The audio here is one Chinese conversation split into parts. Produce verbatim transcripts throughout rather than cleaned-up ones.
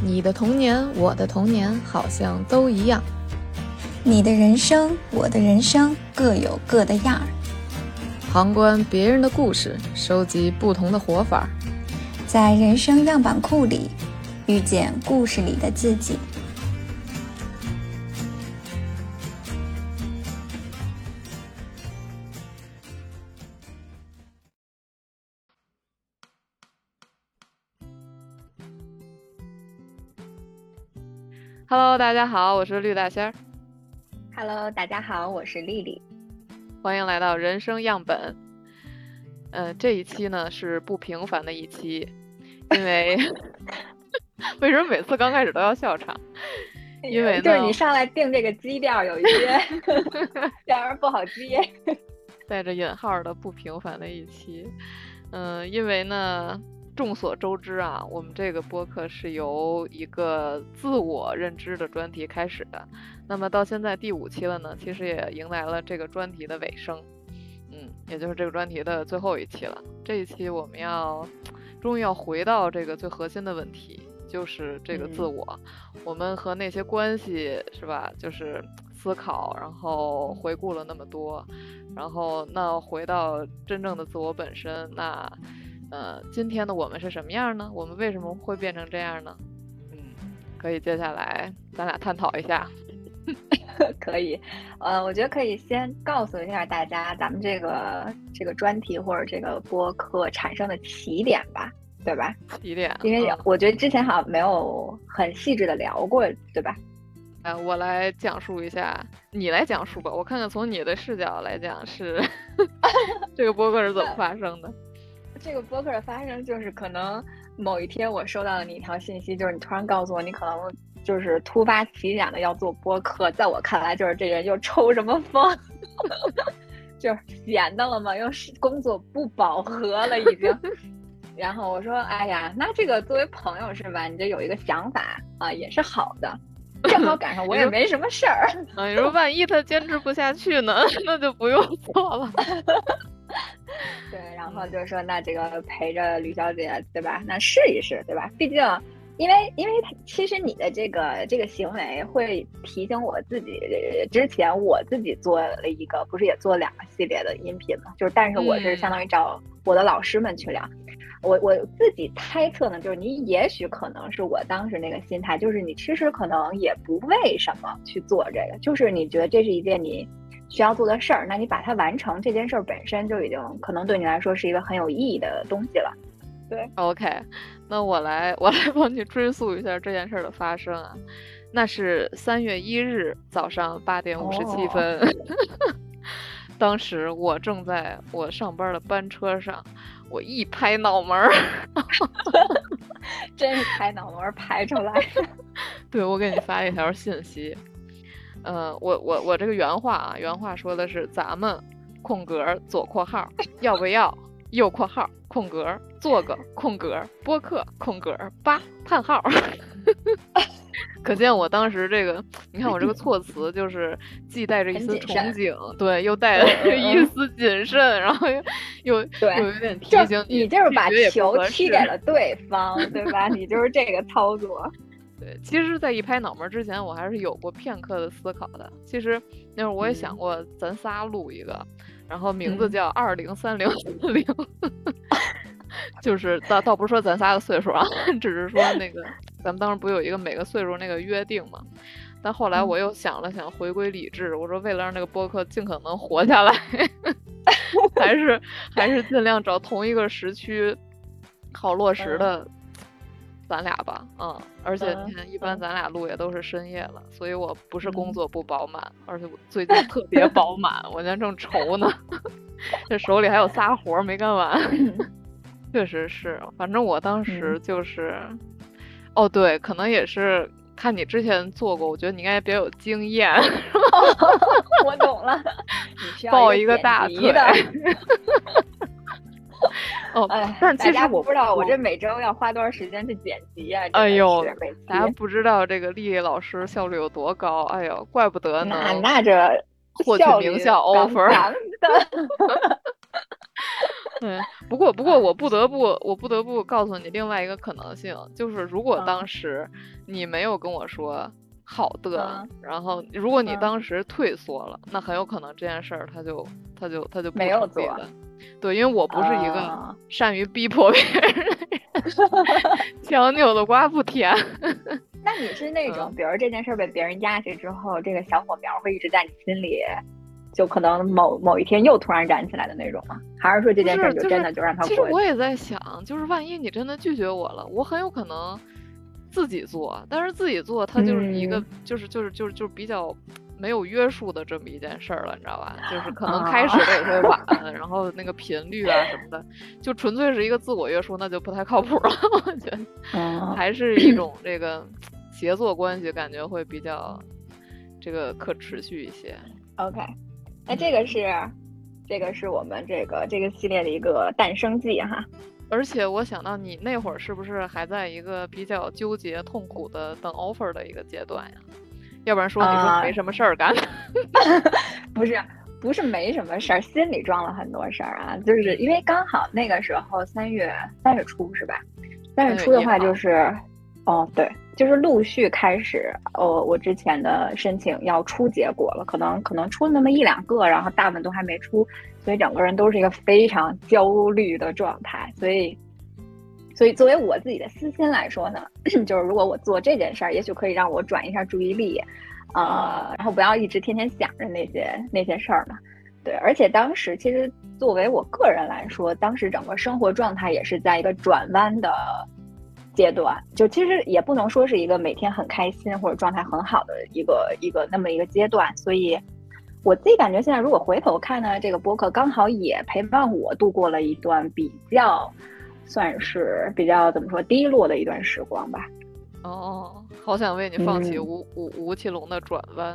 你的童年，我的童年，好像都一样。 你的人生，我的人生，各有各的样儿。 旁观别人的故事，收集不同的活法， 在人生样板库里遇见故事里的自己。 Hello， 大家好，我是绿大仙儿。 Hello， 大家好，我是丽丽。 欢迎来到人生样本。呃，这一期呢是不平凡的一期，因为为什么每次刚开始都要笑场？因为呢， 就是你上来定这个基调有一些让人不好接， 带着引号的不平凡的一期。嗯、呃，因为呢。众所周知啊，我们这个播客是由一个自我认知的专题开始的，那么到现在第五期了呢，其实也迎来了这个专题的尾声，嗯，也就是这个专题的最后一期了。这一期我们要终于要回到这个最核心的问题，就是这个自我，嗯、我们和那些关系是吧，就是思考，然后回顾了那么多，然后那回到真正的自我本身，那呃，今天的我们是什么样呢？我们为什么会变成这样呢？嗯，可以接下来咱俩探讨一下。 可以，呃，我觉得可以先告诉一下大家，咱们这个这个专题或者这个播客产生的起点吧，对吧？ 起点， 因为我觉得之前好像没有很细致的聊过，对吧？ 呃，我来讲述一下，你来讲述吧，我看看从你的视角来讲是这个播客是怎么发生的。 这个播客的发生就是可能某一天我收到了你一条信息，就是你突然告诉我你可能就是突发奇想的要做播客，在我看来就是这人又抽什么风就是闲的了嘛，又是工作不饱和了已经然后我说哎呀，那这个作为朋友是吧，你这有一个想法啊也是好的，正好赶上我也没什么事儿啊，你说万一他坚持不下去呢那就不用做了对，然后就说那这个陪着吕小姐，对吧？那试一试，对吧？毕竟，因为因为其实你的这个这个行为会提醒我自己，之前我自己做了一个，不是也做两个系列的音频嘛？就是，但是我是相当于找我的老师们去聊。嗯、我我自己猜测呢，就是你也许可能是我当时那个心态，就是你其实可能也不为什么去做这个，就是你觉得这是一件你需要做的事儿，那你把它完成，这件事儿本身就已经可能对你来说是一个很有意义的东西了。对 ，OK， 那我来我来帮你追溯一下这件事儿的发生啊。那是三月一日早上八点五十七分，哦、当时我正在我上班的班车上，我一拍脑门儿， 真是拍脑门儿拍出来。 对，我给你发一条信息。呃，我我我这个原话啊，原话说的是咱们空格左括号要不要右括号空格做个空格播客空格八叹号，可见我当时这个，你看我这个措辞就是既带着一丝憧憬，对，又带着一丝谨慎，然后又又对又有点提醒你，你就是把球踢给了对方，对吧？你就是这个操作。 对，其实在一拍脑门之前我还是有过片刻的思考的，其实那会儿我也想过咱仨录一个、嗯、然后名字叫二零三零四零就是倒倒不是说咱仨的岁数啊，只是说那个咱们当时不有一个每个岁数那个约定嘛，但后来我又想了想回归理智，我说为了让这个播客尽可能活下来还是还是尽量找同一个时区好落实的、嗯咱俩吧，嗯，而且你看，一般咱俩录也都是深夜了，嗯、所以我不是工作不饱满，嗯、而且我最近特别饱满，我现在正愁呢，这手里还有仨活没干完，确实是，反正我当时就是，嗯、哦对，可能也是看你之前做过，我觉得你应该比较有经验， 我懂了，你需要抱一个大腿的。哦， 哎， 但其实我不知道我这每周要花多少时间去剪辑啊！ 哎呦，大家不知道这个丽丽老师效率有多高，哎呦，怪不得呢。 那那这获取名校 offer。 对，不过不过我不得不我不得不告诉你另外一个可能性，就是如果当时你没有跟我说好的， 嗯、 然后如果你嗯、 当时退缩了，那很有可能这件事儿它就它就它就不没有做成立了。对，因为我不是一个呃善于逼迫别人的人，强扭的瓜不甜。 那你是那种， 嗯比如这件事被别人压下去之后，这个小火苗会一直在你心里，就可能某某一天又突然燃起来的那种吗？还是说这件事就真的就让它过去？ 其实我也在想，就是万一你真的拒绝我了，我很有可能自己做，但是自己做它就是一个、嗯、就是就是就是就是比较没有约束的这么一件事儿了，你知道吧？就是可能开始的也会晚，啊、然后那个频率啊什么的，就纯粹是一个自我约束，那就不太靠谱了。我觉得， 嗯、 还是一种这个协作关系，感觉会比较这个可持续一些。 OK， 那这个是、嗯、这个是我们这个这个系列的一个诞生记哈。 而且我想到你那会儿是不是还在一个比较纠结、痛苦的等 offer 的一个阶段呀？要不然说你说没什么事儿干、 呃、不是不是没什么事儿，心里装了很多事儿啊，就是因为刚好那个时候三月三月初是吧？三月初的话就是哦对，就是陆续开始哦，我之前的申请要出结果了，可能可能出那么一两个，然后大部分都还没出，所以整个人都是一个非常焦虑的状态，所以所以作为我自己的私心来说呢，就是如果我做这件事儿，也许可以让我转移一下注意力，呃，然后不要一直天天想着那些那些事儿嘛。对，而且当时其实作为我个人来说，当时整个生活状态也是在一个转弯的阶段，就其实也不能说是一个每天很开心或者状态很好的一个一个那么一个阶段，所以我自己感觉现在如果回头看呢，这个播客刚好也陪伴我度过了一段比较算是比较怎么说低落的一段时光吧。 哦，好想为你放弃吴、嗯、吴吴奇隆的转弯。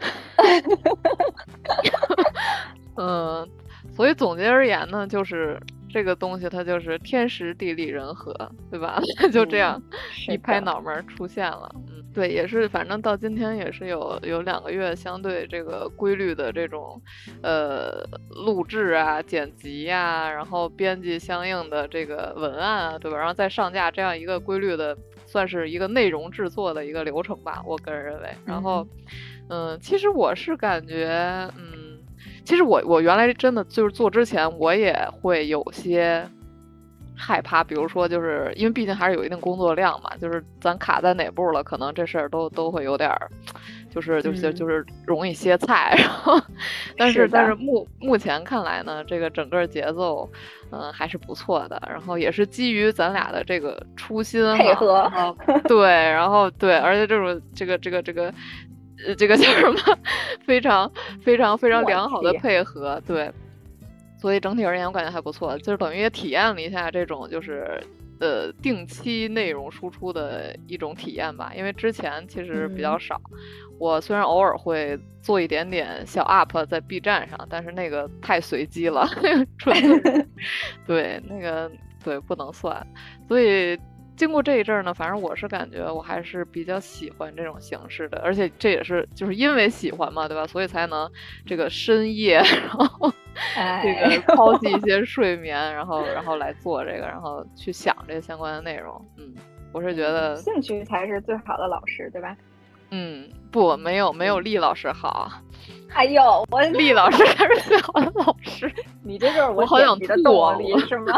嗯，所以总结而言呢，就是这个东西它就是天时地利人和，对吧？就这样一拍脑门出现了。嗯，对，也是，反正到今天也是有有两个月相对这个规律的这种呃录制啊、剪辑啊，然后编辑相应的这个文案啊，对吧？然后再上架这样一个规律的，算是一个内容制作的一个流程吧，我个人认为。然后，嗯，其实我是感觉，嗯。其实我我原来真的就是做之前我也会有些害怕，比如说就是因为毕竟还是有一定工作量嘛，就是咱卡在哪步了，可能这事儿都都会有点儿，就是就是就是容易歇菜。然后，但是但是目目前看来呢，这个整个节奏，嗯、呃、还是不错的。然后也是基于咱俩的这个初心配合， 对，然后对，而且这种这个这个这个。呃，这个叫什么？非常非常非常良好的配合，对，所以整体而言我感觉还不错，就是等于也体验了一下这种就是呃定期内容输出的一种体验吧。因为之前其实比较少，嗯、我虽然偶尔会做一点点小 up 在 B 站上，但是那个太随机了，纯粹对那个对不能算，所以。经过这一阵呢，反正我是感觉我还是比较喜欢这种形式的，而且这也是就是因为喜欢嘛，对吧？所以才能这个深夜，然后这个抛弃一些睡眠，然后然后来做这个，然后去想这些相关的内容。嗯，我是觉得兴趣才是最好的老师，对吧？ 嗯，不，没有没有厉老师好。 哎呦，我厉老师才是最好的老师。 你这就是我好想的动力是吗？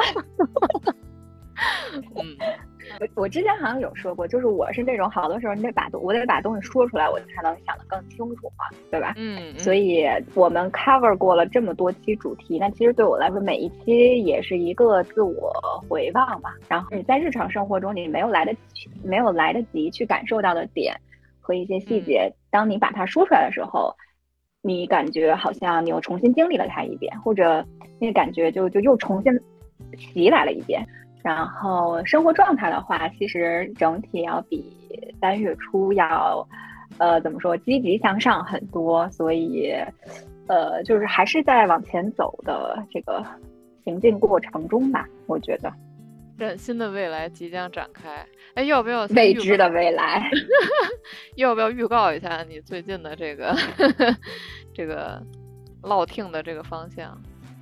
嗯。 我我之前好像有说过，就是我是那种好多时候你得把我得把东西说出来，我才能想得更清楚嘛，对吧？ 嗯, 嗯。 所以我们 cover 过了这么多期主题，那其实对我来说，每一期也是一个自我回望嘛。然后你在日常生活中，你没有来得及没有来得及去感受到的点和一些细节，嗯、当你把它说出来的时候，你感觉好像你又重新经历了它一遍，或者那个感觉就就又重新袭来了一遍。然后生活状态的话，其实整体要比三月初要，呃，怎么说，积极向上很多。所以，呃，就是还是在往前走的这个行进过程中吧，我觉得。 崭新的未来即将展开，哎，要不要未知的未来？ 要不要预告一下你最近的这个这个落听的这个方向？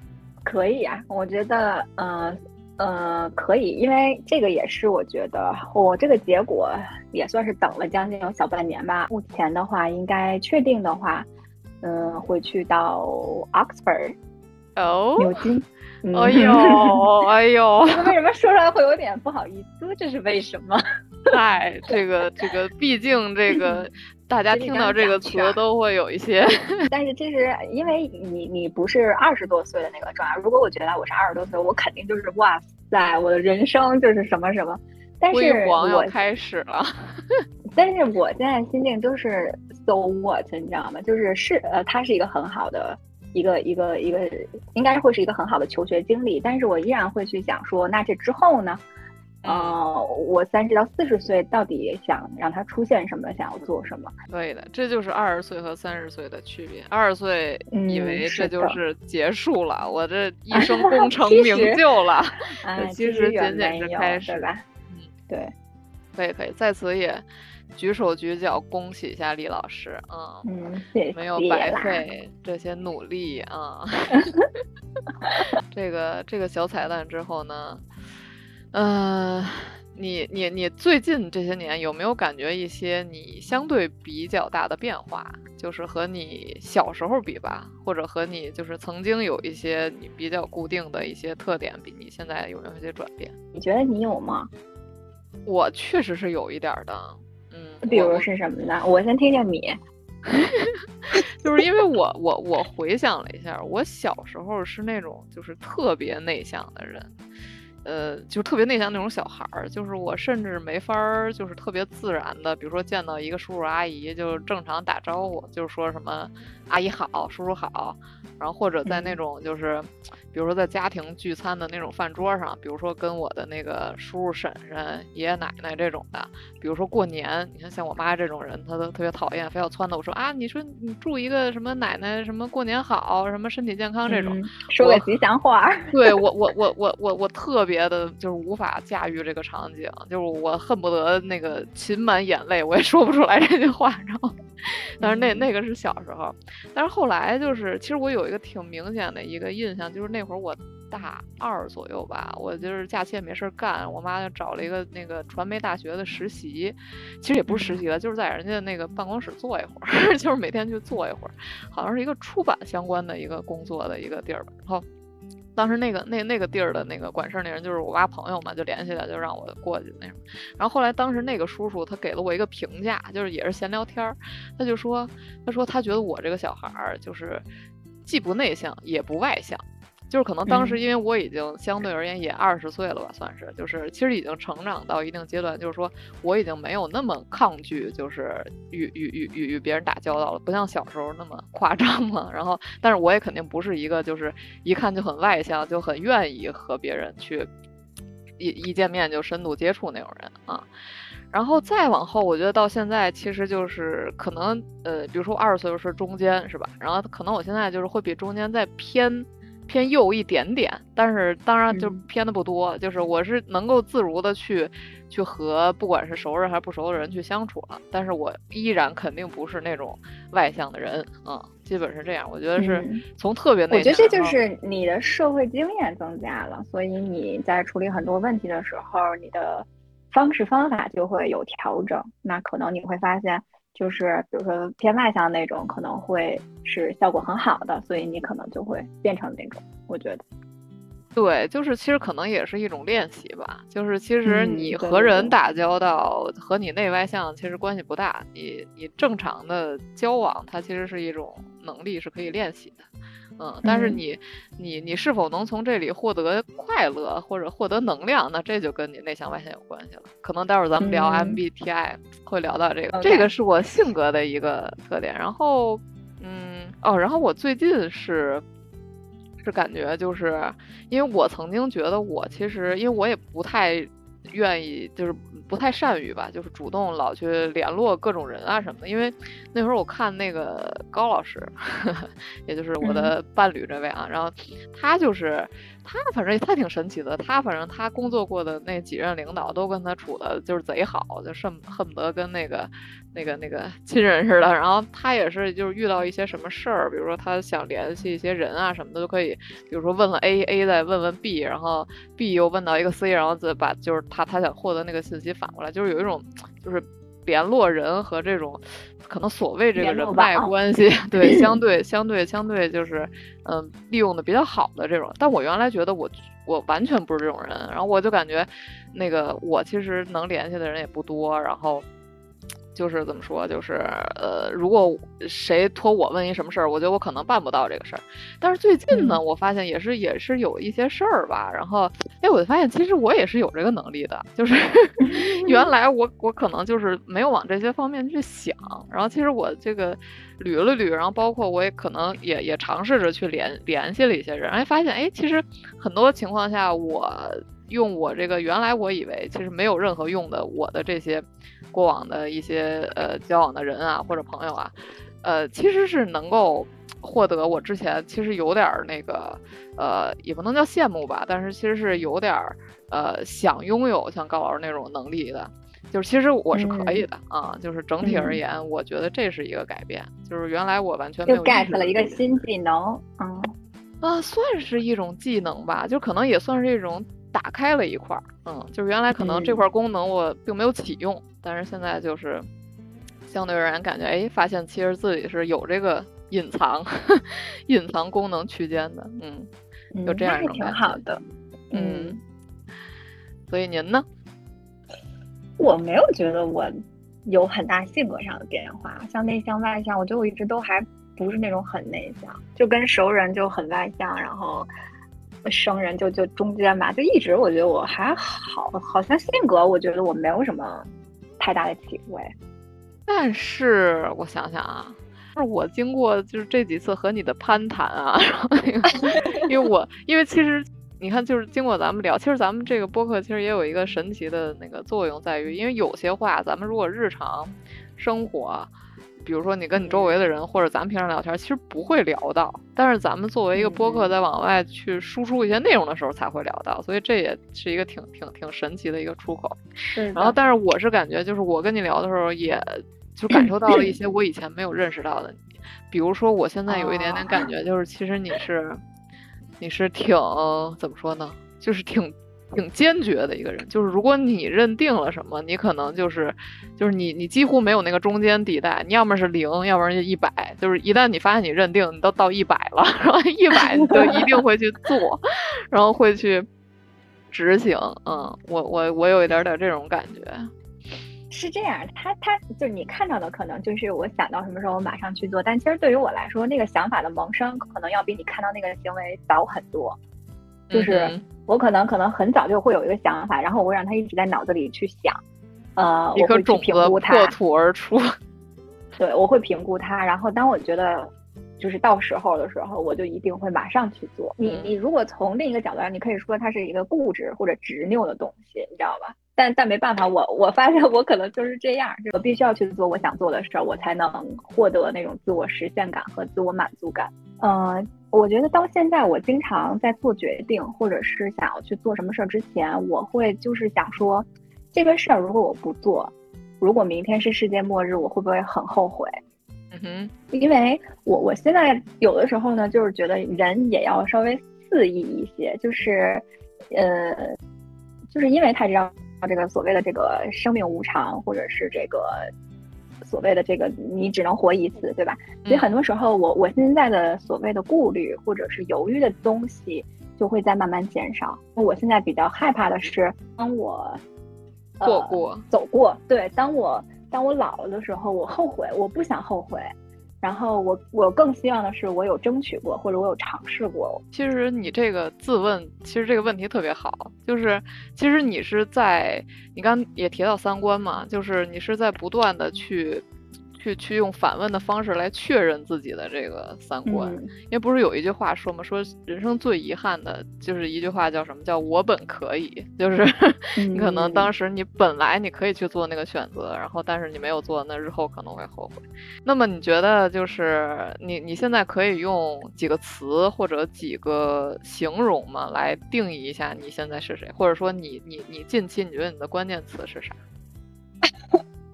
可以啊，我觉得，嗯、呃、呃，可以，因为这个也是我觉得我这个结果也算是等了将近有小半年吧。目前的话，应该确定的话，嗯、呃，会去到 Oxford 哦， 牛津。嗯、 哎呦，哎呦， 这个为什么说出来会有点不好意思？这是为什么？ 嗨，这个这个，毕竟这个大家听到这个词都会有一些， 但是这是因为你你不是二十多岁的那个状态。如果我觉得我是二十多岁，我肯定就是哇塞，我的人生就是什么什么。但是辉煌要我开始了。 但是我现在心境就是 so what， 你知道吗？就是是呃，它是一个很好的一个一个一个，应该会是一个很好的求学经历。但是我依然会去想说，那这之后呢？呃，我三十到四十岁到底想让它出现什么，想要做什么？ 对的，这就是二十岁和三十岁的区别。二十岁以为这就是结束了， 嗯、 我这一生功成名就了， 啊、 其实仅仅是开始， 对吧？ 嗯， 对， 可以可以，在此也举手举脚恭喜一下李老师，嗯嗯，谢谢， 没有白费这些努力啊。这个这个小彩蛋之后呢？嗯、呃，你你你最近这些年有没有感觉一些你相对比较大的变化？就是和你小时候比吧，或者和你就是曾经有一些你比较固定的一些特点，比你现在有没有一些转变？ 你觉得你有吗？ 我确实是有一点的，嗯， 比如是什么呢？我先听听你。 就是因为我我我回想了一下，我小时候是那种就是特别内向的人。呃，就是特别内向那种小孩儿，就是我甚至没法儿，就是特别自然的，比如说见到一个叔叔阿姨，就正常打招呼，就是说什么阿姨好，叔叔好，然后或者在那种就是，比如说在家庭聚餐的那种饭桌上，比如说跟我的那个叔叔婶婶、爷爷奶奶这种的，比如说过年，你看像我妈这种人，她都特别讨厌，非要撺掇我说啊，你说你祝一个什么奶奶什么过年好，什么身体健康这种， 嗯、说个吉祥话。 对我我我我我我特别的就是无法驾驭这个场景，就是我恨不得那个噙满眼泪，我也说不出来这句话。然后，但是那那个是小时候，但是后来就是，其实我有一个挺明显的一个印象，就是那会儿我大二左右吧，我就是假期也没事干，我妈就找了一个那个传媒大学的实习，其实也不是实习了，就是在人家那个办公室坐一会儿，就是每天去坐一会儿，好像是一个出版相关的一个工作的一个地儿吧，然后。当时那个那那个地儿的那个管事那人就是我爸朋友嘛，就联系他，就让我过去那什么。然后后来当时那个叔叔他给了我一个评价，就是也是闲聊天儿，他就说他说他觉得我这个小孩儿就是既不内向也不外向。就是可能当时因为我已经相对而言也二十岁了吧，算是就是其实已经成长到一定阶段，就是说我已经没有那么抗拒，就是与与与与与别人打交道了，不像小时候那么夸张了。然后，但是我也肯定不是一个就是一看就很外向，就很愿意和别人去一一见面就深度接触那种人啊。然后再往后，我觉得到现在其实就是可能呃，比如说二十岁是中间是吧？然后可能我现在就是会比中间再偏。偏右一点点，但是当然就偏的不多，嗯、就是我是能够自如的去去和不管是熟人还是不熟的人去相处了，但是我依然肯定不是那种外向的人啊、嗯，基本是这样。我觉得是从特别内向、嗯， 我觉得这就是你的社会经验增加了，所以你在处理很多问题的时候，你的方式方法就会有调整。那可能你会发现。就是比如说偏外向那种可能会是效果很好的，所以你可能就会变成那种，我觉得。 对，就是其实可能也是一种练习吧。就是其实你和人打交道，嗯、和你内外向其实关系不大。你你正常的交往，它其实是一种能力，是可以练习的。嗯，但是你、嗯、你你是否能从这里获得快乐或者获得能量，那这就跟你内向外向有关系了。可能待会儿咱们聊 M B T I、嗯、会聊到这个， okay. 这个是我性格的一个特点。然后，嗯，哦，然后我最近是是感觉就是因为我曾经觉得我其实因为我也不太愿意，就是不太善于吧，就是主动老去联络各种人啊什么的。因为那会儿我看那个高老师，呵呵也就是我的伴侣这位啊，嗯、然后他就是他反正他挺神奇的，他反正他工作过的那几任领导都跟他处的就是贼好，就恨恨不得跟那个那个那个亲人似的，然后他也是就是遇到一些什么事儿，比如说他想联系一些人啊什么的都可以，比如说问了 A，A 再问问 B， 然后 B 又问到一个 C， 然后再把就是他他想获得那个信息反过来，就是有一种就是联络人和这种可能所谓这个人脉关系，对，相对相对相对就是嗯、呃、利用的比较好的这种，但我原来觉得我我完全不是这种人，然后我就感觉那个我其实能联系的人也不多，然后。就是怎么说，就是呃，如果谁托我问一什么事儿，我觉得我可能办不到这个事儿。但是最近呢，嗯、我发现也是也是有一些事儿吧，然后哎，我就发现其实我也是有这个能力的，就是原来我我可能就是没有往这些方面去想，然后其实我这个捋了捋，然后包括我也可能也也尝试着去联联系了一些人，哎，发现哎，其实很多情况下我。用我这个原来我以为其实没有任何用的我的这些过往的一些呃交往的人啊或者朋友啊，呃其实是能够获得我之前其实有点那个呃也不能叫羡慕吧，但是其实是有点呃想拥有像高老师那种能力的，就是其实我是可以的、嗯、啊，就是整体而言、嗯、我觉得这是一个改变，就是原来我完全没有就 get 了一个新技能，嗯啊算是一种技能吧，就可能也算是一种打开了一块儿，嗯，就是原来可能这块功能我并没有启用、嗯、但是现在就是相对而言感觉哎，发现其实自己是有这个隐藏隐藏功能区间的，嗯，有这样一种感觉、 嗯、挺好的， 嗯，嗯所以您呢？ 我没有觉得我有很大性格上的变化，像内向外向，我觉得我一直都还不是那种很内向，就跟熟人就很外向，然后生人就就中间吧，就一直我觉得我还好，好像性格我觉得我没有什么太大的体会。 但是我想想啊，是我经过就是这几次和你的攀谈啊，然后那个，因为我因为其实你看，就是经过咱们聊，其实咱们这个播客其实也有一个神奇的那个作用在于，因为有些话咱们如果日常生活。比如说你跟你周围的人或者咱们平常聊天其实不会聊到，但是咱们作为一个播客在往外去输出一些内容的时候才会聊到，所以这也是一个挺挺挺神奇的一个出口。 是， 然后但是我是感觉就是我跟你聊的时候也就感受到了一些我以前没有认识到的你，比如说我现在有一点点感觉就是其实你是你是挺怎么说呢，就是挺挺坚决的一个人，就是如果你认定了什么，你可能就是就是你你几乎没有那个中间地带，你要么是零，要不然就一百，就是一旦你发现你认定，你都到一百了，然后一百你就一定会去做，然后会去执行。嗯，我我我有一点点这种感觉。 是这样，他他就是你看到的可能就是我想到什么时候我马上去做，但其实对于我来说，那个想法的萌生可能要比你看到那个行为早很多。就是我可能可能很早就会有一个想法，然后我会让他一直在脑子里去想，呃， 一颗种子破土而出。 对，我会评估它，然后当我觉得就是到时候的时候，我就一定会马上去做。你你如果从另一个角度上，你可以说它是一个固执或者执拗的东西，你知道吧？但但没办法，我我发现我可能就是这样，我必须要去做我想做的事儿，我才能获得那种自我实现感和自我满足感。呃，我觉得到现在，我经常在做决定，或者是想要去做什么事儿之前，我会就是想说，这个事儿如果我不做，如果明天是世界末日，我会不会很后悔？ 嗯哼， 因为我我现在有的时候呢，就是觉得人也要稍微肆意一些，就是呃，就是因为他知道这个所谓的这个生命无常，或者是这个所谓的这个你只能活一次，对吧？所以很多时候我我现在的所谓的顾虑或者是犹豫的东西就会在慢慢减少。我现在比较害怕的是，当我做过、呃、 走过，对，当我当我老了的时候，我后悔，我不想后悔。然后我我更希望的是我有争取过，或者我有尝试过。 其实你这个自问，其实这个问题特别好，就是其实你是在你刚也提到三观嘛，就是你是在不断的去去去用反问的方式来确认自己的这个三观、嗯、因为不是有一句话说嘛，说人生最遗憾的就是一句话叫什么，叫我本可以，就是你可能当时你本来你可以去做那个选择，然后但是你没有做，那日后可能会后悔。那么你觉得就是你你现在可以用几个词或者几个形容吗来定义一下你现在是谁，或者说你你你近期你觉得你的关键词是啥？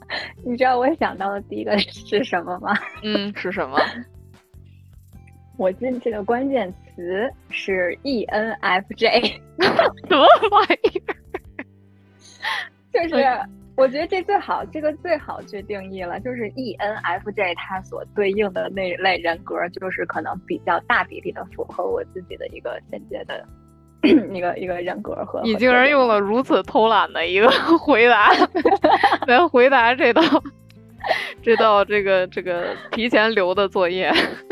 你知道我想到的第一个是什么吗？ 嗯，是什么？ 我进去的关键词是 E N F J。 什么玩意儿？ 就是我觉得这最好，这个最好去定义了，就是 E N F J 它所对应的那一类人格，就是可能比较大比例的符合我自己的一个现阶的一个一个人格和。 你竟然用了如此偷懒的一个回答来回答这道这道这个这个提前留的作业。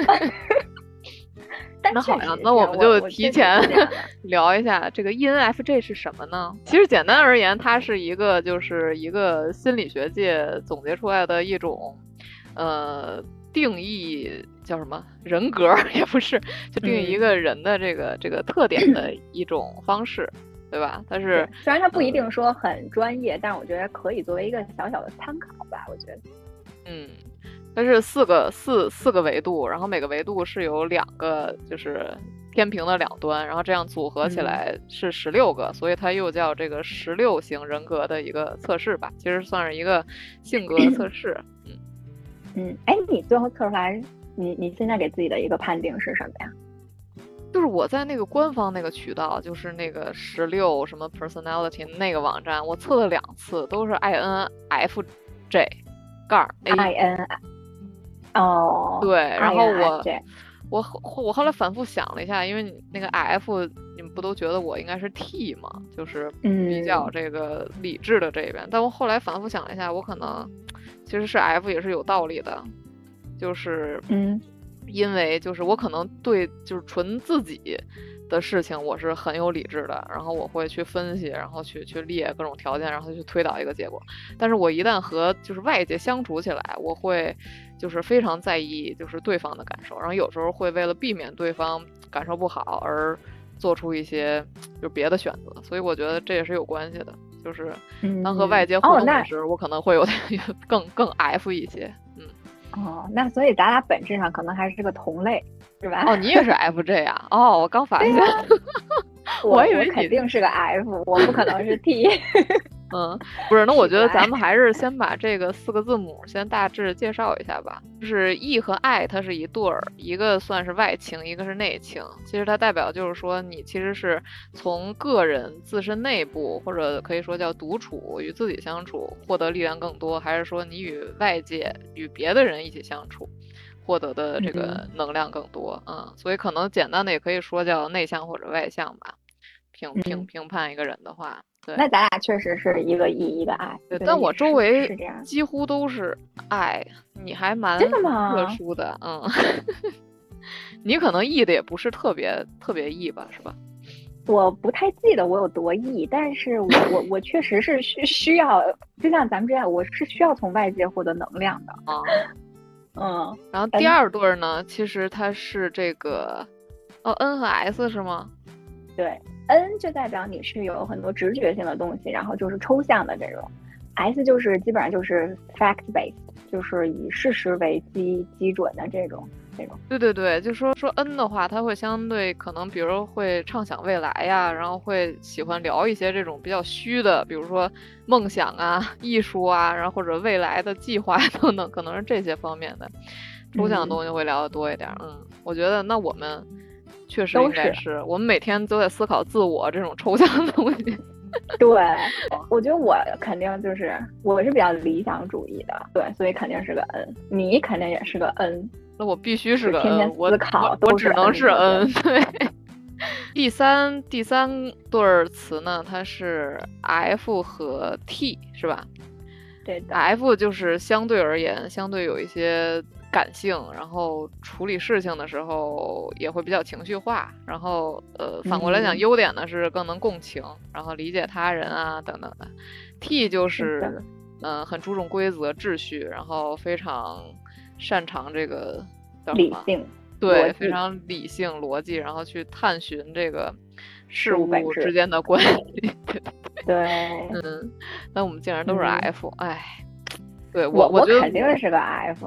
那好呀，那我们就提前聊一下这个 E N F J 是什么呢？其实简单而言，它是一个就是一个心理学界总结出来的一种呃定义，叫什么人格也不是，就定义一个人的这个、嗯、这个特点的一种方式，对吧？但是虽然它不一定说很专业，嗯、但是我觉得可以作为一个小小的参考吧。我觉得， 嗯。它是四个四四个维度，然后每个维度是有两个就是天平的两端，然后这样组合起来是十六个、嗯、所以它又叫这个十六型人格的一个测试吧，其实算是一个性格测试。嗯嗯，哎，你最后测出来，你你现在给自己的一个判定是什么呀？ 就是我在那个官方那个渠道，就是那个十六什么 personality 那个网站，我测了两次，都是 I N F J 杠 I N。哦， 对，然后我我我后来反复想了一下，因为你那个 F 你们不都觉得我应该是 T 吗？就是比较这个理智的这一边、嗯、但我后来反复想了一下，我可能其实是 F 也是有道理的，就是嗯， 因为就是我可能对就是纯自己的事情我是很有理智的，然后我会去分析，然后去去列各种条件，然后去推导一个结果。但是我一旦和就是外界相处起来，我会就是非常在意就是对方的感受，然后有时候会为了避免对方感受不好而做出一些就别的选择，所以我觉得这也是有关系的，就是当和外界互动的时候、嗯哦、我可能会有点更更 F 一些。嗯， 哦，那所以咱俩本质上可能还是个同类，是吧？ 哦，你也是 F J 啊？哦，我刚发现， 啊、 我以为我肯定是个 F， 我不可能是 T。 嗯，不是，那我觉得咱们还是先把这个四个字母先大致介绍一下吧。就是 E 和 I 它是一对儿，一个算是外倾，一个是内倾。其实它代表就是说你其实是从个人自身内部，或者可以说叫独处，与自己相处获得力量更多，还是说你与外界与别的人一起相处获得的这个能量更多。嗯, 嗯，所以可能简单的也可以说叫内向或者外向吧。评评评判一个人的话，对， 那咱俩确实是一个 E 一个 I。 对，但我周围几乎都是 I， 你还蛮特殊的。嗯，你可能 E 的也不是特别特别 E 吧，是吧？ 我不太记得我有多 E， 但是我我我确实是需需要，就像咱们这样，我是需要从外界获得能量的啊。 嗯， 然后第二对呢，其实它是这个哦 N 和 S 是吗？ 对。N 就代表你是有很多直觉性的东西，然后就是抽象的这种。S 就是基本上就是 fact based， 就是以事实为基基准的这种这种。 对对对，就说说 N 的话，它会相对可能，比如会畅想未来呀，然后会喜欢聊一些这种比较虚的，比如说梦想啊、艺术啊，然后或者未来的计划等等，可能是这些方面的抽象的东西会聊得多一点。嗯，嗯我觉得那我们。确实应该 是, 是我们每天都在思考自我这种抽象的东西。 对，我觉得我肯定就是我是比较理想主义的，对，所以肯定是个 N， 你肯定也是个 N， 那我必须是个 N， 天天思考我, 我, 我只能是 N。 对。第三第三对词呢，它是 F 和 T 是吧？ 对的。 F 就是相对而言相对有一些感性，然后处理事情的时候也会比较情绪化，然后呃反过来讲、嗯、优点呢是更能共情，然后理解他人啊等等的。T 就是嗯、呃、很注重规则秩序，然后非常擅长这个叫什么理性， 对，非常理性逻辑，然后去探寻这个事物之间的关系。 对， 嗯，那我们竟然都是 F， 哎、嗯，对我我我肯定是个 F。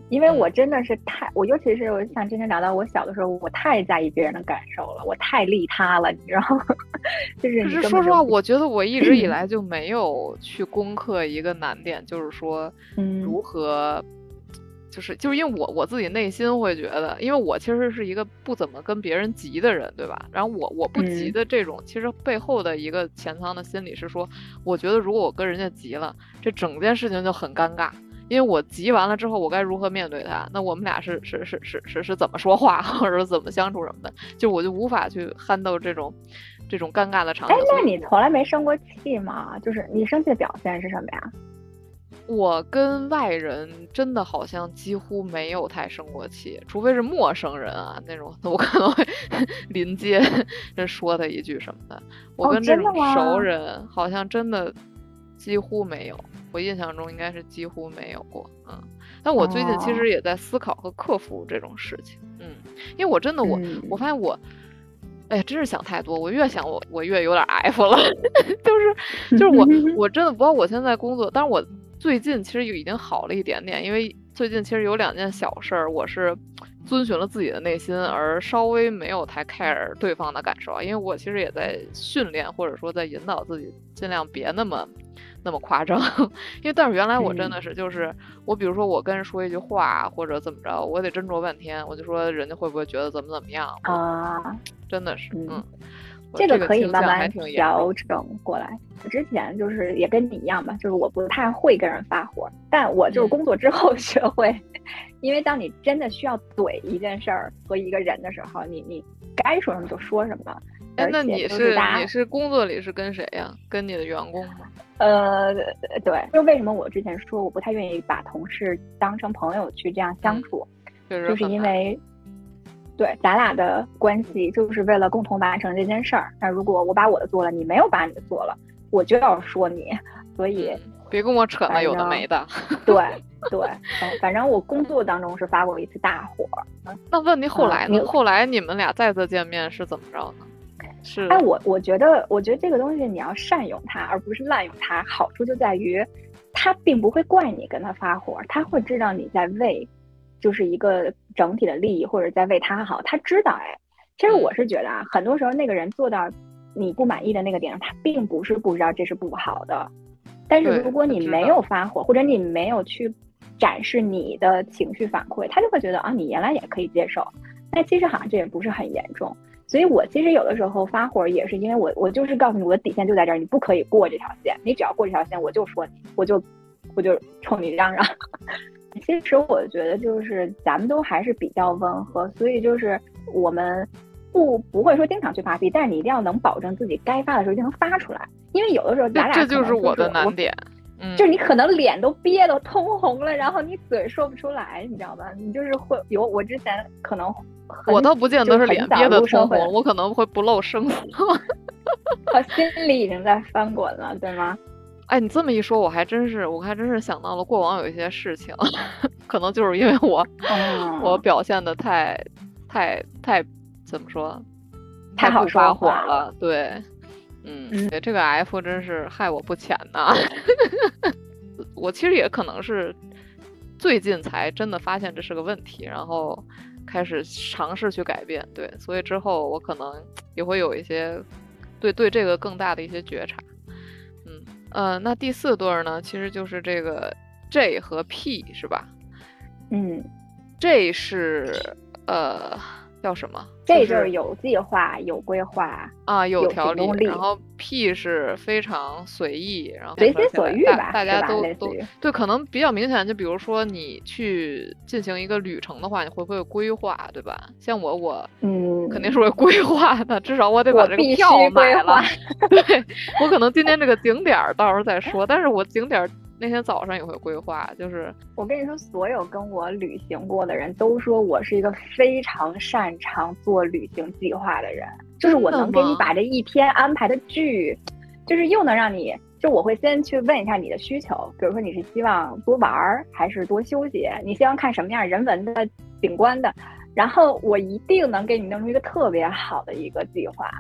因为我真的是太，我尤其是我像之前聊到我小的时候，我太在意别人的感受了，我太利他了，你知道吗？就是你可是说实话，我觉得我一直以来就没有去攻克一个难点，就是说如何。嗯就是就是因为我我自己内心会觉得，因为我其实是一个不怎么跟别人急的人，对吧？然后我我不急的这种，嗯、其实背后的一个潜藏的心理是说，我觉得如果我跟人家急了，这整件事情就很尴尬，因为我急完了之后，我该如何面对他？那我们俩是是是是是是怎么说话，或者怎么相处什么的？就我就无法去handle这种这种尴尬的场景。 哎，那你从来没生过气吗？就是你生气的表现是什么呀？ 我跟外人真的好像几乎没有太生过气，除非是陌生人啊那种，我可能会临街人说他一句什么的。我跟这种熟人好像真的几乎没有，我印象中应该是几乎没有过。嗯，但我最近其实也在思考和克服这种事情。嗯，因为我真的我、嗯、我发现我。哎呀，真是想太多！我越想我我越有点 F 了，就是就是我我真的不知道我现在工作，但是我最近其实已经好了一点点，因为最近其实有两件小事儿，我是遵循了自己的内心，而稍微没有太 care 对方的感受，因为我其实也在训练或者说在引导自己，尽量别那么那么夸张，因为但是原来我真的是就是、嗯、我比如说我跟人说一句话或者怎么着，我得斟酌半天，我就说人家会不会觉得怎么怎么样啊。真的是，嗯， 这个可以慢慢调整过来。我之前就是也跟你一样吧，就是我不太会跟人发火，但我就是工作之后学会，嗯、因为当你真的需要怼一件事儿和一个人的时候，你你该说什么就说什么。 哎，那你是你是工作里是跟谁呀？跟你的员工吗？ 呃，对，就为什么我之前说我不太愿意把同事当成朋友去这样相处， 嗯、 就是因为。对，咱俩的关系就是为了共同完成这件事儿。那如果我把我的做了，你没有把你的做了，我就要说你。所以、 嗯、别跟我扯那有的没的。 对对、嗯，反正我工作当中是发过一次大火。 那问题后来呢？嗯、后来你们俩再次见面是怎么着呢？是哎，我我觉得，我觉得这个东西你要善用它，而不是滥用它。好处就在于，他并不会怪你跟他发火，他会知道你在为。就是一个整体的利益，或者在为他好，他知道。哎，其实我是觉得啊，很多时候那个人做到你不满意的那个点上，他并不是不知道这是不好的。但是如果你没有发火，或者你没有去展示你的情绪反馈，他就会觉得啊，你原来也可以接受。但其实好像这也不是很严重。所以我其实有的时候发火也是因为我我就是告诉你我的底线就在这儿，你不可以过这条线，你只要过这条线，我就说你，我就我就冲你嚷嚷。其实我觉得就是咱们都还是比较温和，所以就是我们不不会说经常去发脾气，但是你一定要能保证自己该发的时候就能发出来，因为有的时候咱俩这就是我的难点，嗯， 就是你可能脸都憋得通红了，然后你嘴说不出来，你知道吧？你就是会有我之前可能我倒不见得是脸憋得通红，我可能会不露声色， 我心里已经在翻滚了，对吗？ 哎，你这么一说，我还真是，我还真是想到了过往有一些事情，可能就是因为我， 嗯、 我表现的太，太太怎么说， 太好发火了，对，嗯，嗯这个 F 真是害我不浅呐。我其实也可能是最近才真的发现这是个问题，然后开始尝试去改变，对，所以之后我可能也会有一些对对这个更大的一些觉察。呃，那第四对呢，其实就是这个 J 和 P 是吧？ 嗯 ，J 是呃叫什么？ 这就是有计划、有规划啊，有条理。 然后 P 是非常随意，然后随心所欲吧， 大家都都对，可能比较明显。就比如说你去进行一个旅程的话，你会不会有规划，对吧？像我，我嗯， 肯定是会规划的，至少我得把这个票买了。对，我可能今天这个景点到时候再说，但是我景点那天早上也会规划，就是我跟你说，所有跟我旅行过的人都说我是一个非常擅长做旅行计划的人，就是我能给你把这一天安排的巨，就是又能让你，就我会先去问一下你的需求，比如说你是希望多玩还是多休息，你希望看什么样人文的景观的，然后我一定能给你弄出一个特别好的一个计划。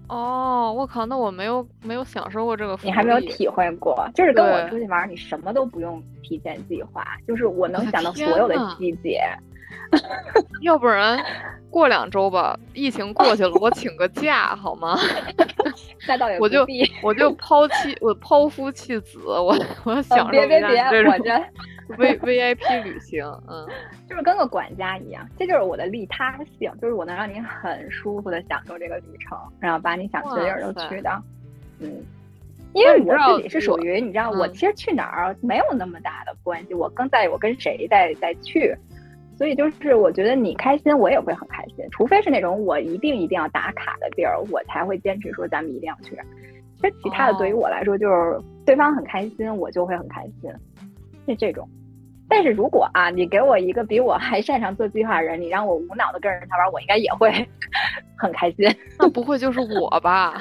哦，我靠，那我没有没有享受过这个福利。 你还没有体会过，就是跟我对出去玩，你什么都不用提前计划，就是我能我的想到天所有的呐细节。 要不然过两周吧，疫情过去了，我请个假好吗？ 那倒也我就不必。 我就抛妻，我抛夫弃子，我我要呃， 享受一别别别， 下这种我这 V V I P 旅行，嗯， 就是跟个管家一样，这就是我的利他性，就是我能让你很舒服的享受这个旅程，然后把你想去的地儿都去的。嗯，因为我自己是属于，你知道，我其实去哪儿没有那么大的关系，我更在意我跟谁在在去。所以就是我觉得你开心，我也会很开心。除非是那种我一定一定要打卡的地儿，我才会坚持说咱们一定要去。其实其他的对于我来说，就是对方很开心，我就会很开心，是这种。但是如果啊，你给我一个比我还擅长做计划的人，你让我无脑的跟着他玩，我应该也会很开心。 那不会就是我吧？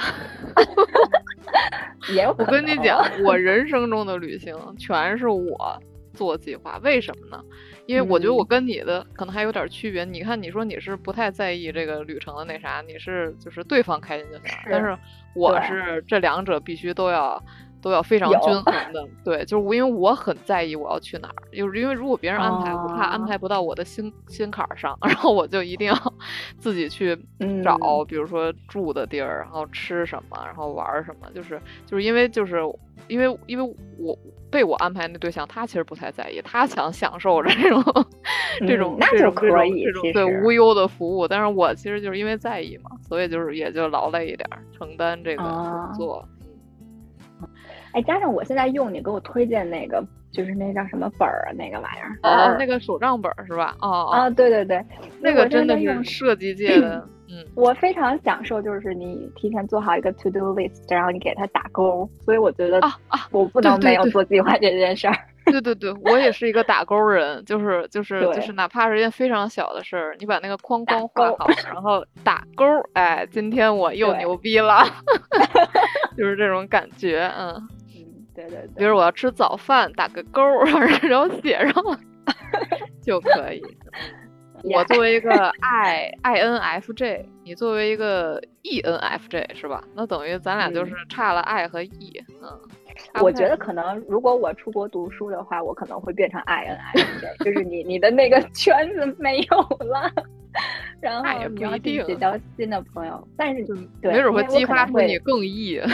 也有可能。 我跟你讲，我人生中的旅行全是我做计划，为什么呢？因为我觉得我跟你的可能还有点区别。嗯、你看，你说你是不太在意这个旅程的那啥，你是就是对方开心就行，但是我是这两者必须都要都要非常均衡的。对，就是因为我很在意我要去哪儿，就是因为如果别人安排，哦、我怕安排不到我的心心坎上，然后我就一定要自己去找，嗯、比如说住的地儿，然后吃什么，然后玩什么，就是就是因为就是因为因为我。被我安排那对象，他其实不太在意，他想享受这种、嗯、这种那就可以这种对无忧的服务，但是我其实就是因为在意嘛，所以就是也就劳累一点，承担这个工作。 哎、哦，加上我现在用你给我推荐那个，就是那叫什么本儿啊，那个玩意儿哦，那个手账本是吧？哦啊，对对对， 那个真的是设计界的。嗯， 我非常享受，就是你提前做好一个 to do list， 然后你给它打勾，所以我觉得啊啊， 我不能没有做计划这件事儿。 对对对，我也是一个打勾人，就是就是就是哪怕是一件非常小的事儿，你把那个框框画好，然后打勾，哎，今天我又牛逼了，就是这种感觉，嗯嗯，对对对。 比如我要吃早饭，打个勾，然后写上就可以。我作为一个 I I N F J， 你作为一个 E N F J 是吧？那等于咱俩就是差了 I 和 E。嗯， 我觉得可能如果我出国读书的话，我可能会变成 I N F J， 就是你你的那个圈子没有了，然后也不一定结交新的朋友，但是对， 没准会激发出你更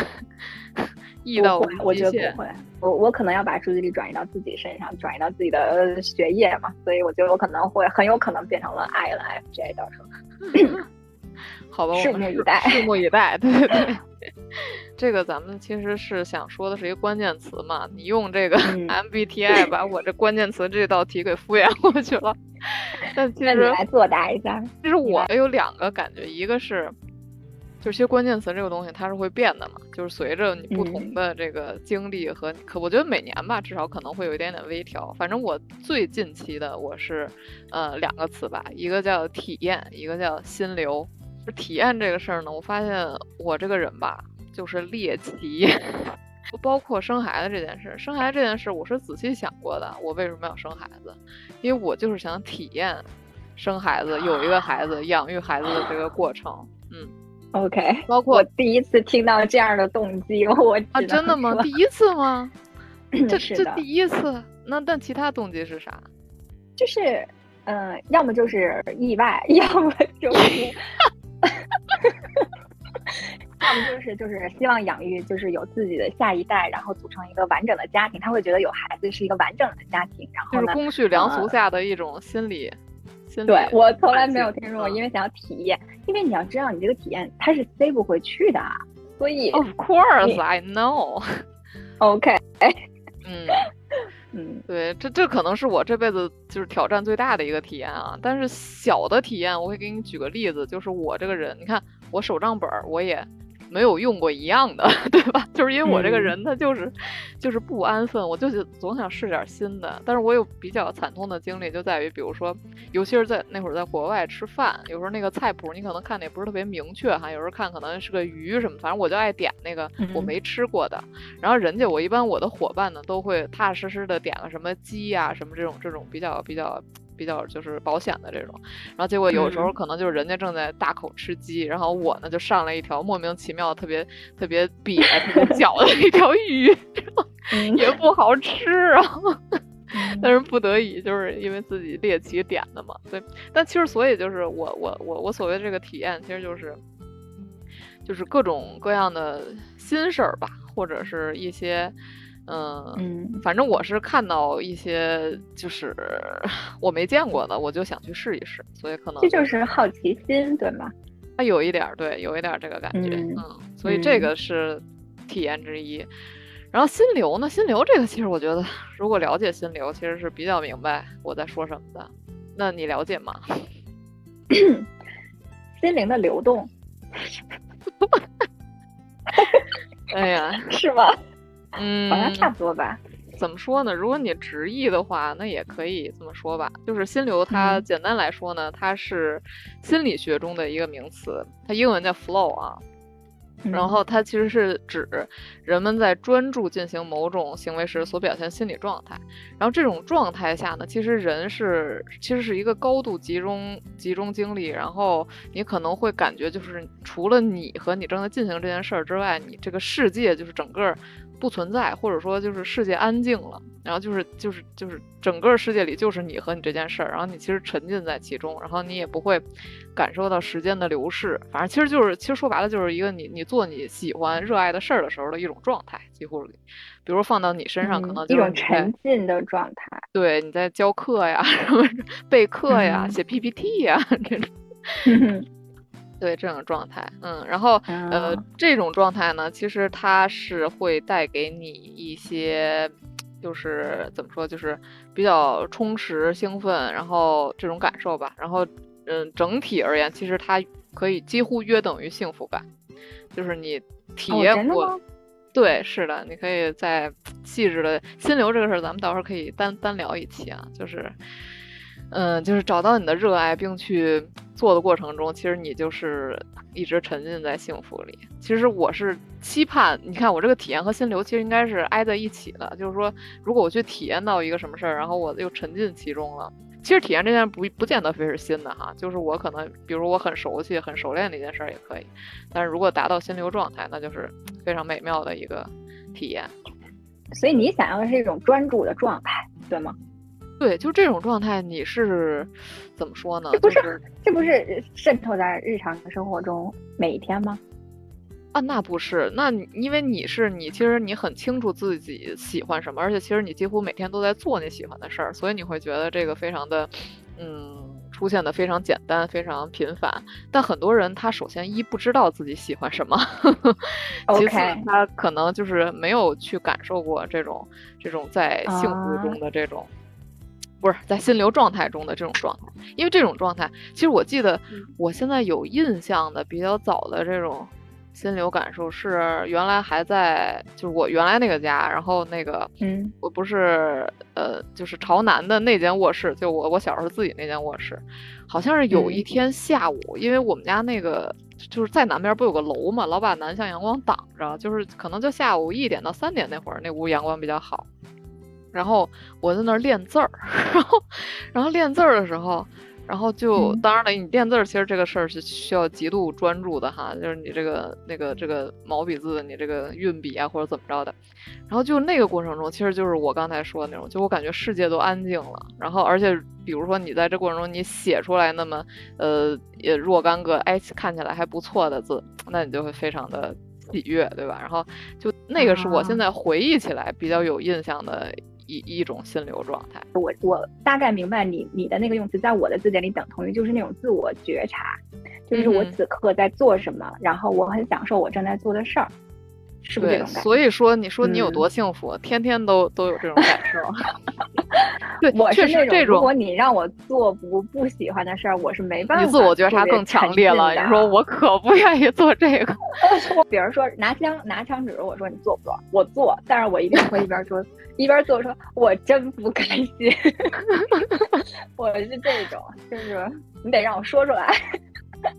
E。E 到我我觉得不会，我我可能要把注意力转移到自己身上，转移到自己的、呃、学业嘛，所以我觉得我可能会很有可能变成了 I N F J， 到时候。 好吧， 拭目以待， 拭目以待，对对对。这个咱们其实是想说的是一个关键词嘛，你用这个 M B T I 把我这关键词这道题给敷衍过去了。但其实你来作答一下。 其实我有两个感觉，一个是。就其实关键词这个东西它是会变的嘛，就是随着你不同的这个经历和、嗯、可我觉得每年吧至少可能会有一点点微调。反正我最近期的我是呃两个词吧，一个叫体验，一个叫心流。就体验这个事儿呢，我发现我这个人吧就是猎奇，包括生孩子这件事。生孩子这件事我是仔细想过的，我为什么要生孩子？因为我就是想体验生孩子，有一个孩子，养育孩子的这个过程。嗯。 OK， 包括我第一次听到这样的动机，我啊，真的吗？第一次吗？这这第一次？那但其他动机是啥？ 就是，嗯、呃，要么就是意外，要么就是，要么就是就是希望养育，就是有自己的下一代，然后组成一个完整的家庭。他会觉得有孩子是一个完整的家庭，然后就是公序良俗下的一种心理。呃对，我从来没有听说过，因为想要体验，因为你要知道，你这个体验它是塞不回去的，所以 Of course I know 。 OK， 嗯嗯， 对，这这可能是我这辈子就是挑战最大的一个体验啊。但是小的体验，我会给你举个例子，就是我这个人，你看我手账本我也没有用过一样的，对吧？就是因为我这个人他就是、嗯、就是不安分，我就是总想试点新的。但是我有比较惨痛的经历，就在于比如说尤其是在那会儿在国外吃饭，有时候那个菜谱你可能看的也不是特别明确哈，有时候看可能是个鱼什么，反正我就爱点那个我没吃过的、嗯、然后人家我一般我的伙伴呢都会踏踏实实的点了什么鸡啊什么这种这种比较比较比较就是保险的这种，然后结果有时候可能就是人家正在大口吃鸡，然后我呢就上了一条莫名其妙特别特别瘪特别小的一条鱼，也不好吃啊。但是不得已，就是因为自己猎奇点的嘛，对。但其实所以就是我我我我所谓的这个体验，其实就是就是各种各样的新事儿吧，或者是一些嗯嗯，反正我是看到一些就是我没见过的，我就想去试一试，所以可能这就是好奇心，对吗？ 啊，有一点对，有一点这个感觉，嗯，嗯所以这个是体验之一。然后心流呢？心流这个其实我觉得，如果了解心流，其实是比较明白我在说什么的。那你了解吗？ 心灵的流动。 哎呀， 是吗？ 嗯， 好像差不多吧。 怎么说呢？如果你直译的话，那也可以这么说吧。就是心流，它简单来说呢，它是心理学中的一个名词，它英文叫 flow 啊。然后它其实是指人们在专注进行某种行为时所表现心理状态。然后这种状态下呢，其实人是其实是一个高度集中集中精力，然后你可能会感觉就是除了你和你正在进行这件事儿之外，你这个世界就是整个不存在，或者说就是世界安静了，然后就是就是就是整个世界里就是你和你这件事儿，然后你其实沉浸在其中，然后你也不会感受到时间的流逝，反正其实就是其实说白了就是一个你你做你喜欢热爱的事儿的时候的一种状态，几乎比如放到你身上可能就是一种沉浸的状态。 对，你在教课呀，什么备课呀，嗯、写 P P T 呀这种。对这种状态，嗯，然后、嗯、呃，这种状态呢，其实它是会带给你一些，就是怎么说，就是比较充实、兴奋，然后这种感受吧。然后，嗯，整体而言，其实它可以几乎约等于幸福感，就是你体验过。 哦、 对，是的，你可以再细致的心流这个事儿，咱们到时候可以单单聊一期啊，就是。嗯，就是找到你的热爱并去做的过程中，其实你就是一直沉浸在幸福里。其实我是期盼，你看我这个体验和心流其实应该是挨在一起的。就是说，如果我去体验到一个什么事儿，然后我又沉浸其中了，其实体验这件不不见得非是新的哈，就是我可能比如我很熟悉、很熟练的一件事儿也可以。但是如果达到心流状态，那就是非常美妙的一个体验。 所以你想要的是一种专注的状态，对吗？ 对，就这种状态，你是怎么说呢？ 这不是、 就是、 这不是渗透在日常生活中每一天吗？ 啊，那不是，那因为你是你，其实你很清楚自己喜欢什么，而且其实你几乎每天都在做你喜欢的事儿，所以你会觉得这个非常的，嗯，出现的非常简单，非常频繁。但很多人他首先一不知道自己喜欢什么，其次他可能就是没有去感受过这种这种在幸福中的这种。Uh... 不是在心流状态中的这种状态，因为这种状态，其实我记得我现在有印象的比较早的这种心流感受是原来还在就是我原来那个家，然后那个嗯，我不是呃就是朝南的那间卧室，就我我小时候自己那间卧室，好像是有一天下午，嗯、因为我们家那个就是在南边不有个楼嘛，老把南向阳光挡着，就是可能就下午一点到三点那会儿，那屋阳光比较好。然后我在那儿练字儿，然后，然后练字儿的时候，然后就当然了，你练字儿其实这个事儿是需要极度专注的哈，就是你这个那个这个毛笔字，你这个运笔啊或者怎么着的，然后就那个过程中，其实就是我刚才说的那种，就我感觉世界都安静了，然后而且比如说你在这过程中你写出来那么呃也若干个哎看起来还不错的字，那你就会非常的喜悦，对吧？然后就那个是我现在回忆起来比较有印象的。一一种心流状态， 我我大概明白你你的那个用词，在我的字典里等同于就是那种自我觉察，就是我此刻在做什么，嗯、然后我很享受我正在做的事儿，是不是这种感觉？ 所以说，你说你有多幸福，嗯、天天都都有这种感受。对， 我是那种， 如果你让我做不不喜欢的事儿，我是没办法。 你自我觉察更强烈了。你说我可不愿意做这个。 比如说拿枪拿枪指着我说你做不做？我做，但是我一定会一边说一边做说，我真不开心。我是这种，就是你得让我说出来。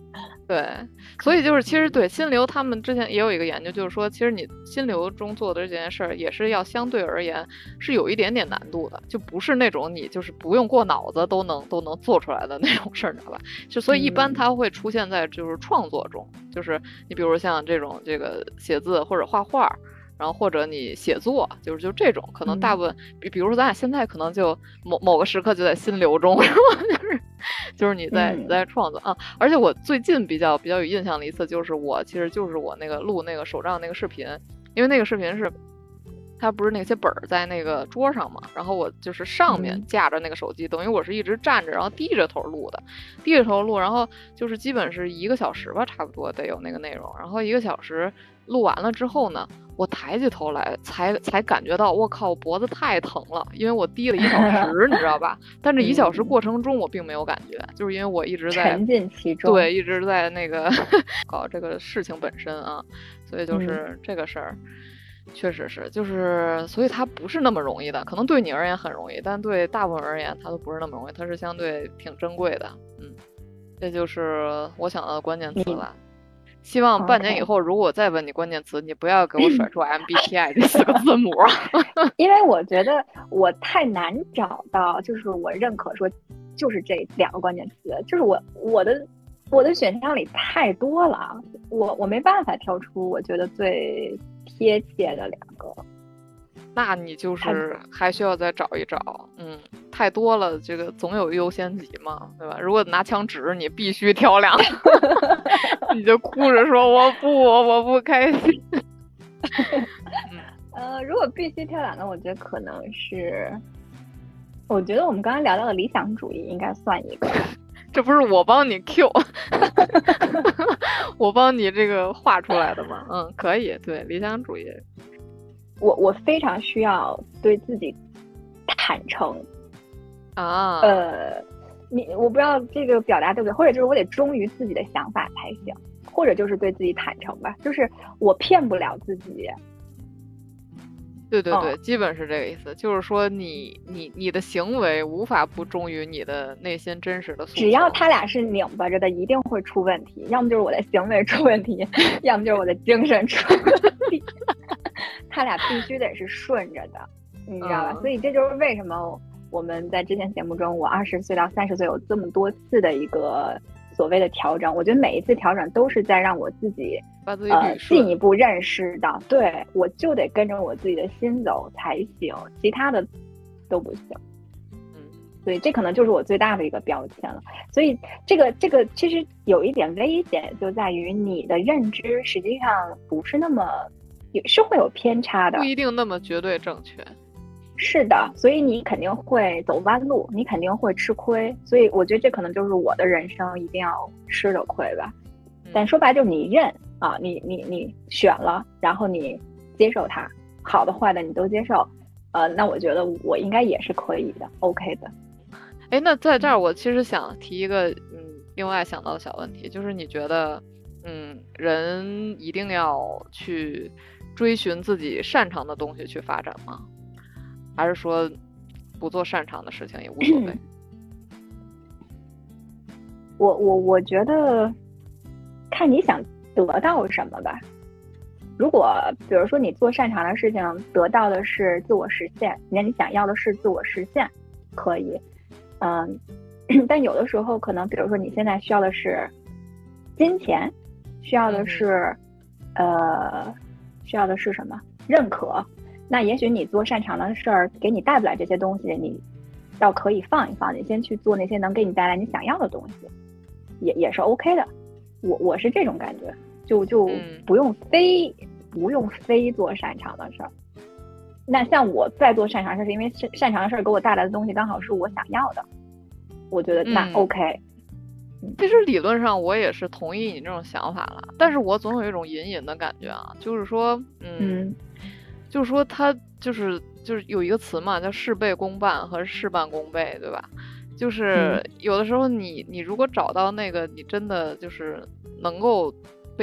对，所以就是其实对心流，他们之前也有一个研究，就是说，其实你心流中做的这件事儿，也是要相对而言是有一点点难度的，就不是那种你就是不用过脑子都能都能做出来的那种事儿，知道吧？就所以一般它会出现在就是创作中，就是你比如像这种这个写字或者画画。然后或者你写作，就是就这种，可能大部分，比、嗯、比如说咱俩现在可能就某某个时刻就在心流中，是吧？就是就是你在你在创作啊。而且我最近比较比较有印象的一次，就是我其实就是我那个录那个手账那个视频，因为那个视频是。它不是那些本儿在那个桌上嘛，然后我就是上面架着那个手机，嗯、等于我是一直站着，然后低着头录的，低着头录，然后就是基本是一个小时吧，差不多得有那个内容。然后一个小时录完了之后呢，我抬起头来才才感觉到，我靠，我脖子太疼了，因为我低了一小时，你知道吧？但这一小时过程中我并没有感觉，嗯、就是因为我一直在沉浸其中， 对，一直在那个搞这个事情本身啊，所以就是这个事儿。嗯确实是，就是所以它不是那么容易的，可能对你而言很容易，但对大部分而言它都不是那么容易，它是相对挺珍贵的。嗯，这就是我想到的关键词吧。希望半年以后，如果我再问你关键词，你不要给我甩出 M B T I 这四个字母。 因为我觉得我太难找到，就是我认可说就是这两个关键词，就是我我的我的选项里太多了，我我没办法挑出我觉得最贴切的两个。 那你就是还需要再找一找，嗯，太多了，这个总有优先级嘛，对吧？如果拿枪指着你，必须挑两个，你就哭着说我不，我不开心。 呃，如果必须挑两个，我觉得可能是，我觉得我们刚才聊到的理想主义应该算一个。 这不是我帮你 Q， 我帮你这个画出来的吗？嗯，可以，对，理想主义。 我我非常需要对自己坦诚啊， 呃，你我不知道这个表达对不对，或者就是我得忠于自己的想法才行，或者就是对自己坦诚吧，就是我骗不了自己。 对对对，哦、基本是这个意思，就是说你你你的行为无法不忠于你的内心真实的诉求。 只要他俩是拧巴着的，一定会出问题，要么就是我的行为出问题，要么就是我的精神出问题。他俩必须得是顺着的，你知道吧？嗯、所以这就是为什么我们在之前节目中，我二十岁到三十岁有这么多次的一个所谓的调整。我觉得每一次调整都是在让我自己把自己呃进一步认识到，对，我就得跟着我自己的心走才行，其他的都不行。 嗯， 所以这可能就是我最大的一个标签了。所以这个这个其实有一点危险，就在于你的认知实际上不是那么。也是会有偏差的， 不一定那么绝对正确。 是的，所以你肯定会走弯路，你肯定会吃亏。所以我觉得这可能就是我的人生一定要吃的亏吧。嗯、但说白就是你认啊，你你你选了，然后你接受它，好的坏的你都接受。呃，那我觉得我应该也是可以的 ，OK 的。 哎，那在这儿我其实想提一个嗯，另外想到的小问题，就是你觉得嗯，人一定要去追寻自己擅长的东西去发展吗？还是说不做擅长的事情也无所谓？ 我我我觉得看你想得到什么吧。如果比如说你做擅长的事情得到的是自我实现，那你想要的是自我实现，可以。嗯，但有的时候可能比如说你现在需要的是金钱，需要的是、嗯、呃需要的是什么？认可。那也许你做擅长的事儿给你带不来这些东西，你倒可以放一放，你先去做那些能给你带来你想要的东西，也也是 OK 的。我我是这种感觉，就就不用非、嗯、不用非做擅长的事儿。那像我在做擅长的事儿，是因为擅长的事儿给我带来的东西刚好是我想要的，我觉得那 OK、 嗯。其实理论上我也是同意你这种想法了，但是我总有一种隐隐的感觉啊，就是说，嗯，嗯就是说他就是就是有一个词嘛，叫事倍功半和事半功倍，对吧？就是有的时候你你如果找到那个你真的就是能够被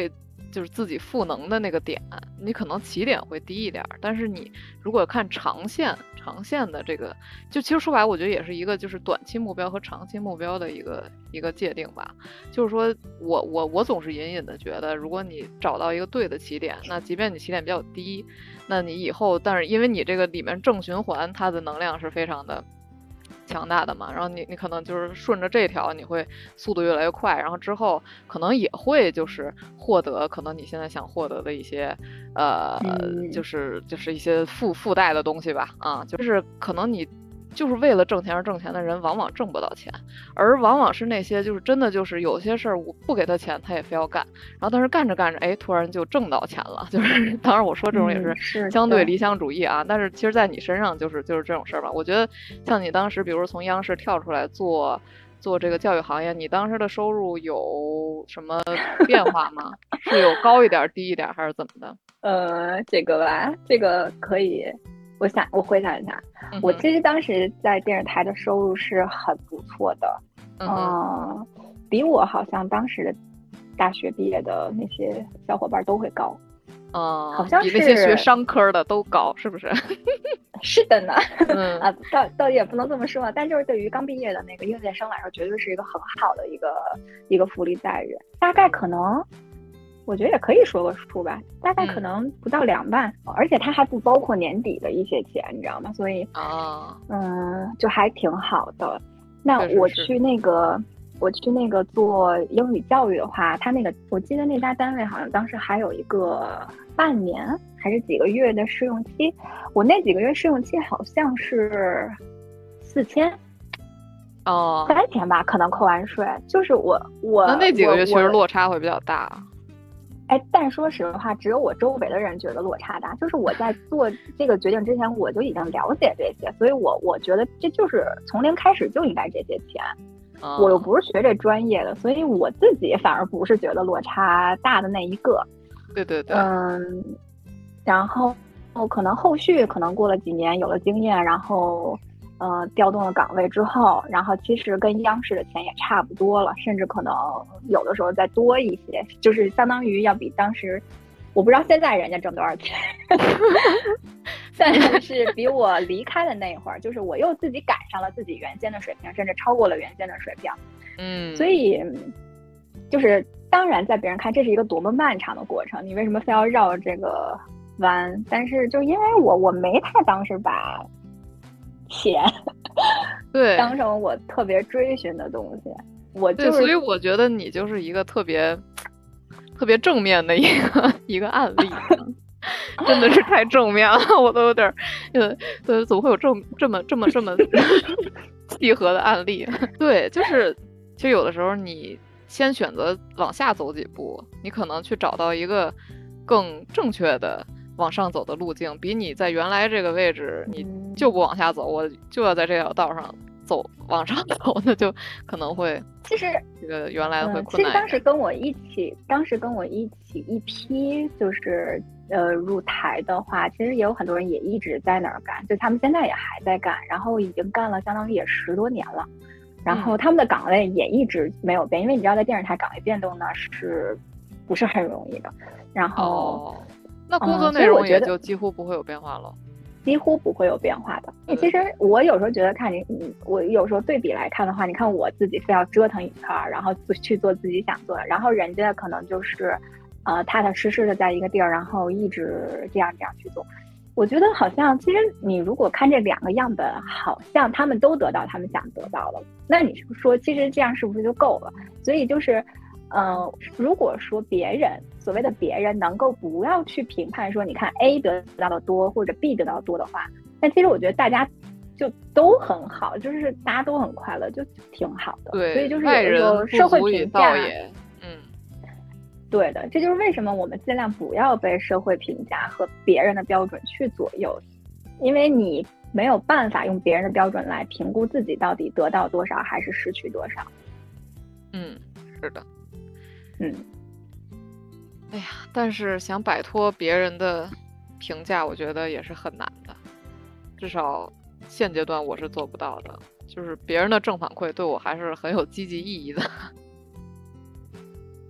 就是自己赋能的那个点，你可能起点会低一点，但是你如果看长线长线的这个，就其实说白了我觉得也是一个就是短期目标和长期目标的一个一个界定吧。就是说我我我总是隐隐的觉得，如果你找到一个对的起点，那即便你起点比较低，那你以后但是因为你这个里面正循环它的能量是非常的强大的嘛，然后你你可能就是顺着这条你会速度越来越快，然后之后可能也会就是获得可能你现在想获得的一些呃、嗯、就是就是一些附附带的东西吧，啊，就是可能你就是为了挣钱而挣钱的人往往挣不到钱，而往往是那些就是真的就是有些事儿我不给他钱他也非要干，然后但是干着干着哎突然就挣到钱了，就是当然我说这种也是相对理想主义啊，嗯、但是其实在你身上就是就是这种事儿吧。我觉得像你当时比如从央视跳出来做做这个教育行业，你当时的收入有什么变化吗？是有高一点低一点还是怎么的？ 呃这个吧这个可以我想我回想一下、嗯、我其实当时在电视台的收入是很不错的，嗯、呃，比我好像当时的大学毕业的那些小伙伴都会高， 嗯， 好像是比那些学商科的都高，是不是？ 是的呢， 嗯啊，到到底也不能这么说，但就是对于刚毕业的那个应届生来说，绝对是一个很好的一个一个福利待遇，大概可能。我觉得也可以说个数吧，大概可能不到两万、嗯，而且它还不包括年底的一些钱，你知道吗？所以啊， 嗯，就还挺好的。那我去那个，我去那个做英语教育的话，他那个我记得那家单位好像当时还有一个半年还是几个月的试用期，我那几个月试用期好像是四千。 哦， 三千吧，可能扣完税。就是我我那那几个月确实落差会比较大。 哎，但说实话，只有我周围的人觉得落差大。就是我在做这个决定之前，我就已经了解这些，所以我我觉得这就是从零开始就应该这些钱。 哦、 我又不是学这专业的，所以我自己反而不是觉得落差大的那一个。 对对对。 嗯，然后可能后续可能过了几年有了经验，然后。呃，调动了岗位之后，然后其实跟央视的钱也差不多了，甚至可能有的时候再多一些，就是相当于要比当时，我不知道现在人家挣多少钱，但是比我离开的那会儿，就是我又自己赶上了自己原先的水平，甚至超过了原先的水平。 嗯， 所以就是当然在别人看这是一个多么漫长的过程，你为什么非要绕这个弯？但是就因为我我没太当时把。钱对当成我特别追寻的东西，我就是， 所以我觉得你就是一个特别特别正面的一个一个案例，真的是太正面了，我都有点呃呃，怎么会有这么这么这么这么契合的案例？对，就是其实有的时候你先选择往下走几步，你可能去找到一个更正确的。往上走的路径比你在原来这个位置你就不往下走，我就要在这条道上走往上走，那就可能会其实这个原来的会困难、嗯、 其实当时跟我一起当时跟我一起一批就是呃入台的话，其实也有很多人也一直在那儿干，就他们现在也还在干，然后已经干了相当于也十多年了，然后他们的岗位也一直没有变、嗯、因为你知道在电视台岗位变动呢是不是很容易的，然后、 哦那工作内容也就几乎不会有变化了、嗯、 几乎不会有变化的。其实我有时候觉得看你你我有时候对比来看的话，你看我自己非要折腾一圈，然后去做自己想做的，然后人家可能就是呃踏踏实实的在一个地儿，然后一直这样这样去做。我觉得好像其实你如果看这两个样本，好像他们都得到他们想得到的，那你是说其实这样是不是就够了？所以就是呃，如果说别人所谓的别人能够不要去评判说，你看 A 得到的多或者 B 得到的多的话，那其实我觉得大家就都很好，就是大家都很快乐，就挺好的。 对， 所以就是有的时候社会评价， 嗯， 对的，这就是为什么我们尽量不要被社会评价和别人的标准去左右，因为你没有办法用别人的标准来评估自己到底得到多少还是失去多少。 嗯，是的。 嗯， 哎呀，但是想摆脱别人的评价，我觉得也是很难的，至少现阶段我是做不到的。就是别人的正反馈对我还是很有积极意义的。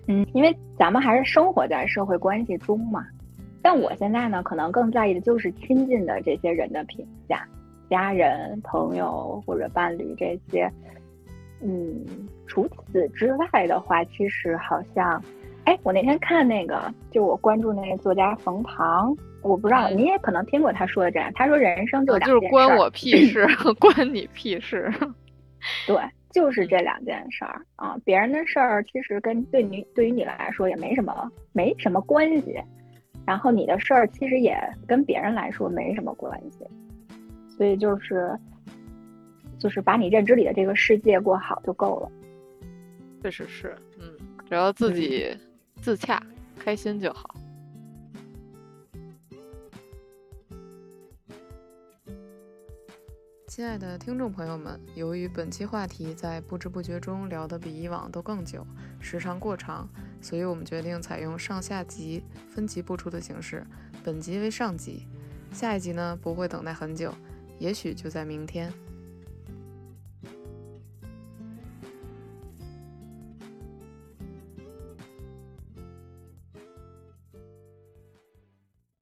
嗯，因为咱们还是生活在社会关系中嘛。但我现在呢，可能更在意的就是亲近的这些人的评价，家人、朋友或者伴侣这些。嗯，除此之外的话，其实好像，哎，我那天看那个，就我关注那个作家冯唐，我不知道、嗯、你也可能听过他说的这样，他说人生就两件事、 啊、就是关我屁事，关你屁事。 对，就是这两件事儿啊，别人的事儿其实跟对你对于你来说也没什么没什么关系，然后你的事儿其实也跟别人来说没什么关系，所以就是就是把你认知里的这个世界过好就够了。 确实是，嗯，只要自己自洽、嗯、开心就好。亲爱的听众朋友们，由于本期话题在不知不觉中聊得比以往都更久，时长过长，所以我们决定采用上下集分集播出的形式。本集为上集，下一集呢不会等待很久，也许就在明天。